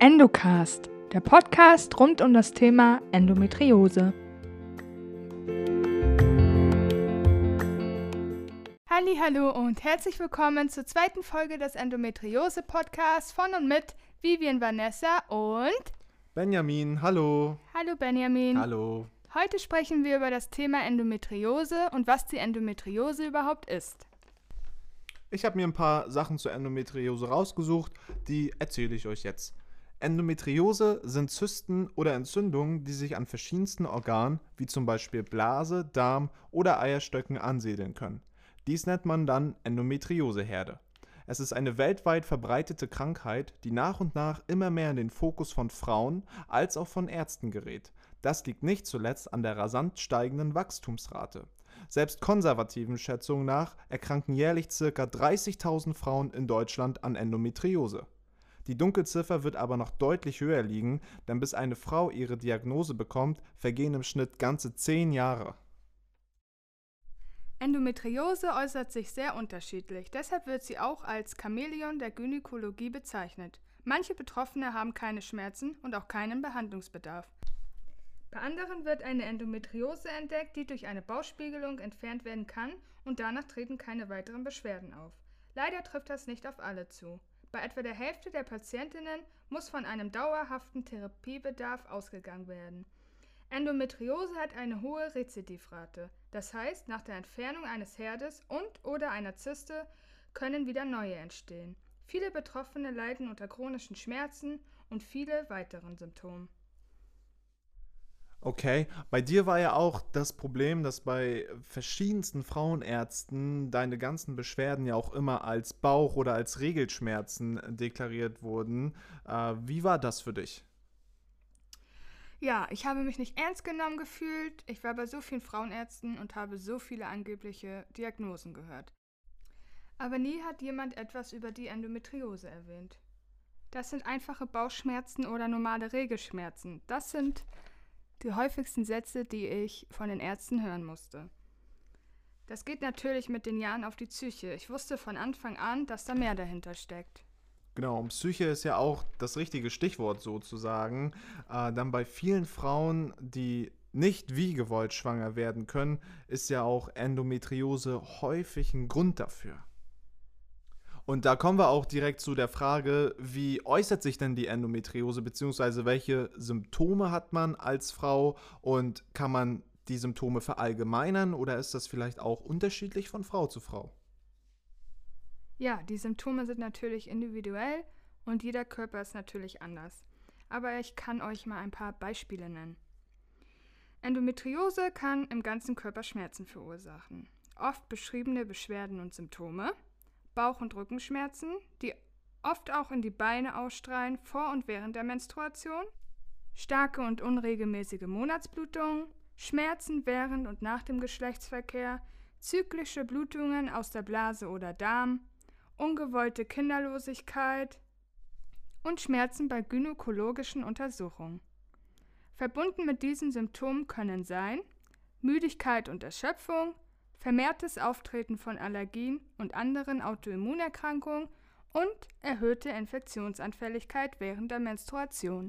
Endocast, der Podcast rund um das Thema Endometriose. Hallo und herzlich willkommen zur zweiten Folge des Endometriose-Podcasts von und mit Vivian, Vanessa und Benjamin. Hallo. Hallo Benjamin. Hallo. Heute sprechen wir über das Thema Endometriose und was die Endometriose überhaupt ist. Ich habe mir ein paar Sachen zur Endometriose rausgesucht, die erzähle ich euch jetzt. Endometriose sind Zysten oder Entzündungen, die sich an verschiedensten Organen, wie zum Beispiel Blase, Darm oder Eierstöcken ansiedeln können. Dies nennt man dann Endometrioseherde. Es ist eine weltweit verbreitete Krankheit, die nach und nach immer mehr in den Fokus von Frauen als auch von Ärzten gerät. Das liegt nicht zuletzt an der rasant steigenden Wachstumsrate. Selbst konservativen Schätzungen nach erkranken jährlich ca. 30.000 Frauen in Deutschland an Endometriose. Die Dunkelziffer wird aber noch deutlich höher liegen, denn bis eine Frau ihre Diagnose bekommt, vergehen im Schnitt ganze 10 Jahre. Endometriose äußert sich sehr unterschiedlich, deshalb wird sie auch als Chamäleon der Gynäkologie bezeichnet. Manche Betroffene haben keine Schmerzen und auch keinen Behandlungsbedarf. Bei anderen wird eine Endometriose entdeckt, die durch eine Bauchspiegelung entfernt werden kann und danach treten keine weiteren Beschwerden auf. Leider trifft das nicht auf alle zu. Bei etwa der Hälfte der Patientinnen muss von einem dauerhaften Therapiebedarf ausgegangen werden. Endometriose hat eine hohe Rezidivrate, das heißt, nach der Entfernung eines Herdes und/oder einer Zyste können wieder neue entstehen. Viele Betroffene leiden unter chronischen Schmerzen und viele weiteren Symptomen. Okay, bei dir war ja auch das Problem, dass bei verschiedensten Frauenärzten deine ganzen Beschwerden ja auch immer als Bauch- oder als Regelschmerzen deklariert wurden. Wie war das für dich? Ja, ich habe mich nicht ernst genommen gefühlt. Ich war bei so vielen Frauenärzten und habe so viele angebliche Diagnosen gehört. Aber nie hat jemand etwas über die Endometriose erwähnt. Das sind einfache Bauchschmerzen oder normale Regelschmerzen. Das sind die häufigsten Sätze, die ich von den Ärzten hören musste. Das geht natürlich mit den Jahren auf die Psyche. Ich wusste von Anfang an, dass da mehr dahinter steckt. Genau, und Psyche ist ja auch das richtige Stichwort sozusagen. Dann bei vielen Frauen, die nicht wie gewollt schwanger werden können, ist ja auch Endometriose häufig ein Grund dafür. Und da kommen wir auch direkt zu der Frage, wie äußert sich denn die Endometriose, beziehungsweise welche Symptome hat man als Frau und kann man die Symptome verallgemeinern oder ist das vielleicht auch unterschiedlich von Frau zu Frau? Ja, die Symptome sind natürlich individuell und jeder Körper ist natürlich anders. Aber ich kann euch mal ein paar Beispiele nennen. Endometriose kann im ganzen Körper Schmerzen verursachen. Oft beschriebene Beschwerden und Symptome: Bauch- und Rückenschmerzen, die oft auch in die Beine ausstrahlen vor und während der Menstruation, starke und unregelmäßige Monatsblutungen, Schmerzen während und nach dem Geschlechtsverkehr, zyklische Blutungen aus der Blase oder Darm, ungewollte Kinderlosigkeit und Schmerzen bei gynäkologischen Untersuchungen. Verbunden mit diesen Symptomen können sein Müdigkeit und Erschöpfung, vermehrtes Auftreten von Allergien und anderen Autoimmunerkrankungen und erhöhte Infektionsanfälligkeit während der Menstruation.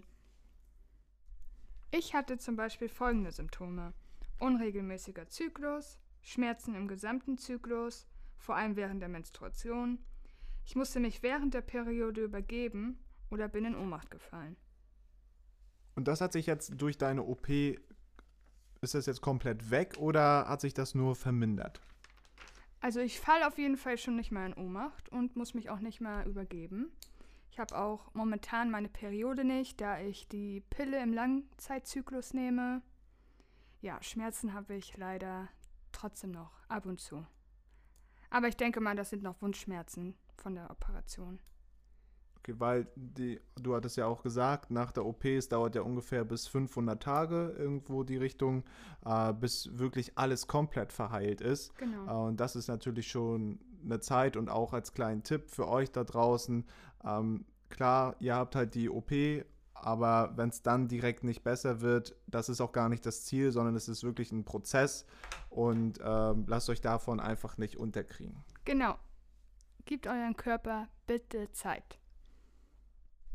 Ich hatte zum Beispiel folgende Symptome: unregelmäßiger Zyklus, Schmerzen im gesamten Zyklus, vor allem während der Menstruation. Ich musste mich während der Periode übergeben oder bin in Ohnmacht gefallen. Und das hat sich jetzt durch deine OP, ist das jetzt komplett weg oder hat sich das nur vermindert? Also ich falle auf jeden Fall schon nicht mehr in Ohnmacht und muss mich auch nicht mehr übergeben. Ich habe auch momentan meine Periode nicht, da ich die Pille im Langzeitzyklus nehme. Ja, Schmerzen habe ich leider trotzdem noch ab und zu. Aber ich denke mal, das sind noch Wundschmerzen von der Operation. Okay, weil du hattest ja auch gesagt, nach der OP, es dauert ja ungefähr bis 500 Tage irgendwo die Richtung, bis wirklich alles komplett verheilt ist. Genau. Und das ist natürlich schon eine Zeit und auch als kleinen Tipp für euch da draußen. Klar, ihr habt halt die OP, aber wenn es dann direkt nicht besser wird, das ist auch gar nicht das Ziel, sondern es ist wirklich ein Prozess und lasst euch davon einfach nicht unterkriegen. Genau. Gebt euren Körper bitte Zeit.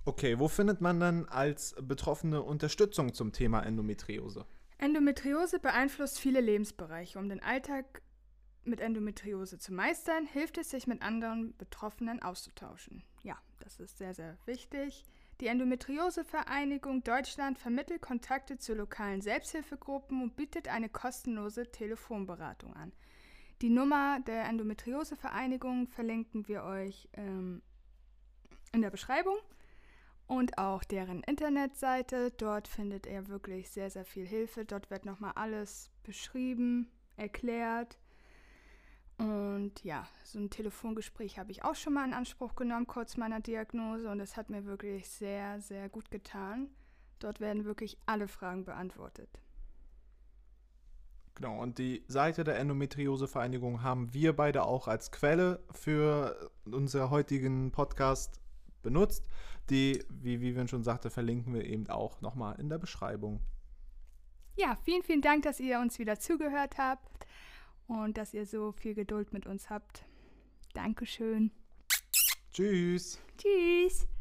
Okay, wo findet man dann als Betroffene Unterstützung zum Thema Endometriose? Endometriose beeinflusst viele Lebensbereiche. Um den Alltag mit Endometriose zu meistern, hilft es, sich mit anderen Betroffenen auszutauschen. Ja, das ist sehr, sehr wichtig. Die Endometriose-Vereinigung Deutschland vermittelt Kontakte zu lokalen Selbsthilfegruppen und bietet eine kostenlose Telefonberatung an. Die Nummer der Endometriose-Vereinigung verlinken wir euch in der Beschreibung und auch deren Internetseite. Dort findet ihr wirklich sehr, sehr viel Hilfe. Dort wird nochmal alles beschrieben, erklärt. Und ja, so ein Telefongespräch habe ich auch schon mal in Anspruch genommen, kurz meiner Diagnose. Und es hat mir wirklich sehr, sehr gut getan. Dort werden wirklich alle Fragen beantwortet. Genau, und die Seite der Endometriose-Vereinigung haben wir beide auch als Quelle für unseren heutigen Podcast benutzt. Die, wie Vivian schon sagte, verlinken wir eben auch nochmal in der Beschreibung. Ja, vielen, vielen Dank, dass ihr uns wieder zugehört habt und dass ihr so viel Geduld mit uns habt. Dankeschön. Tschüss. Tschüss.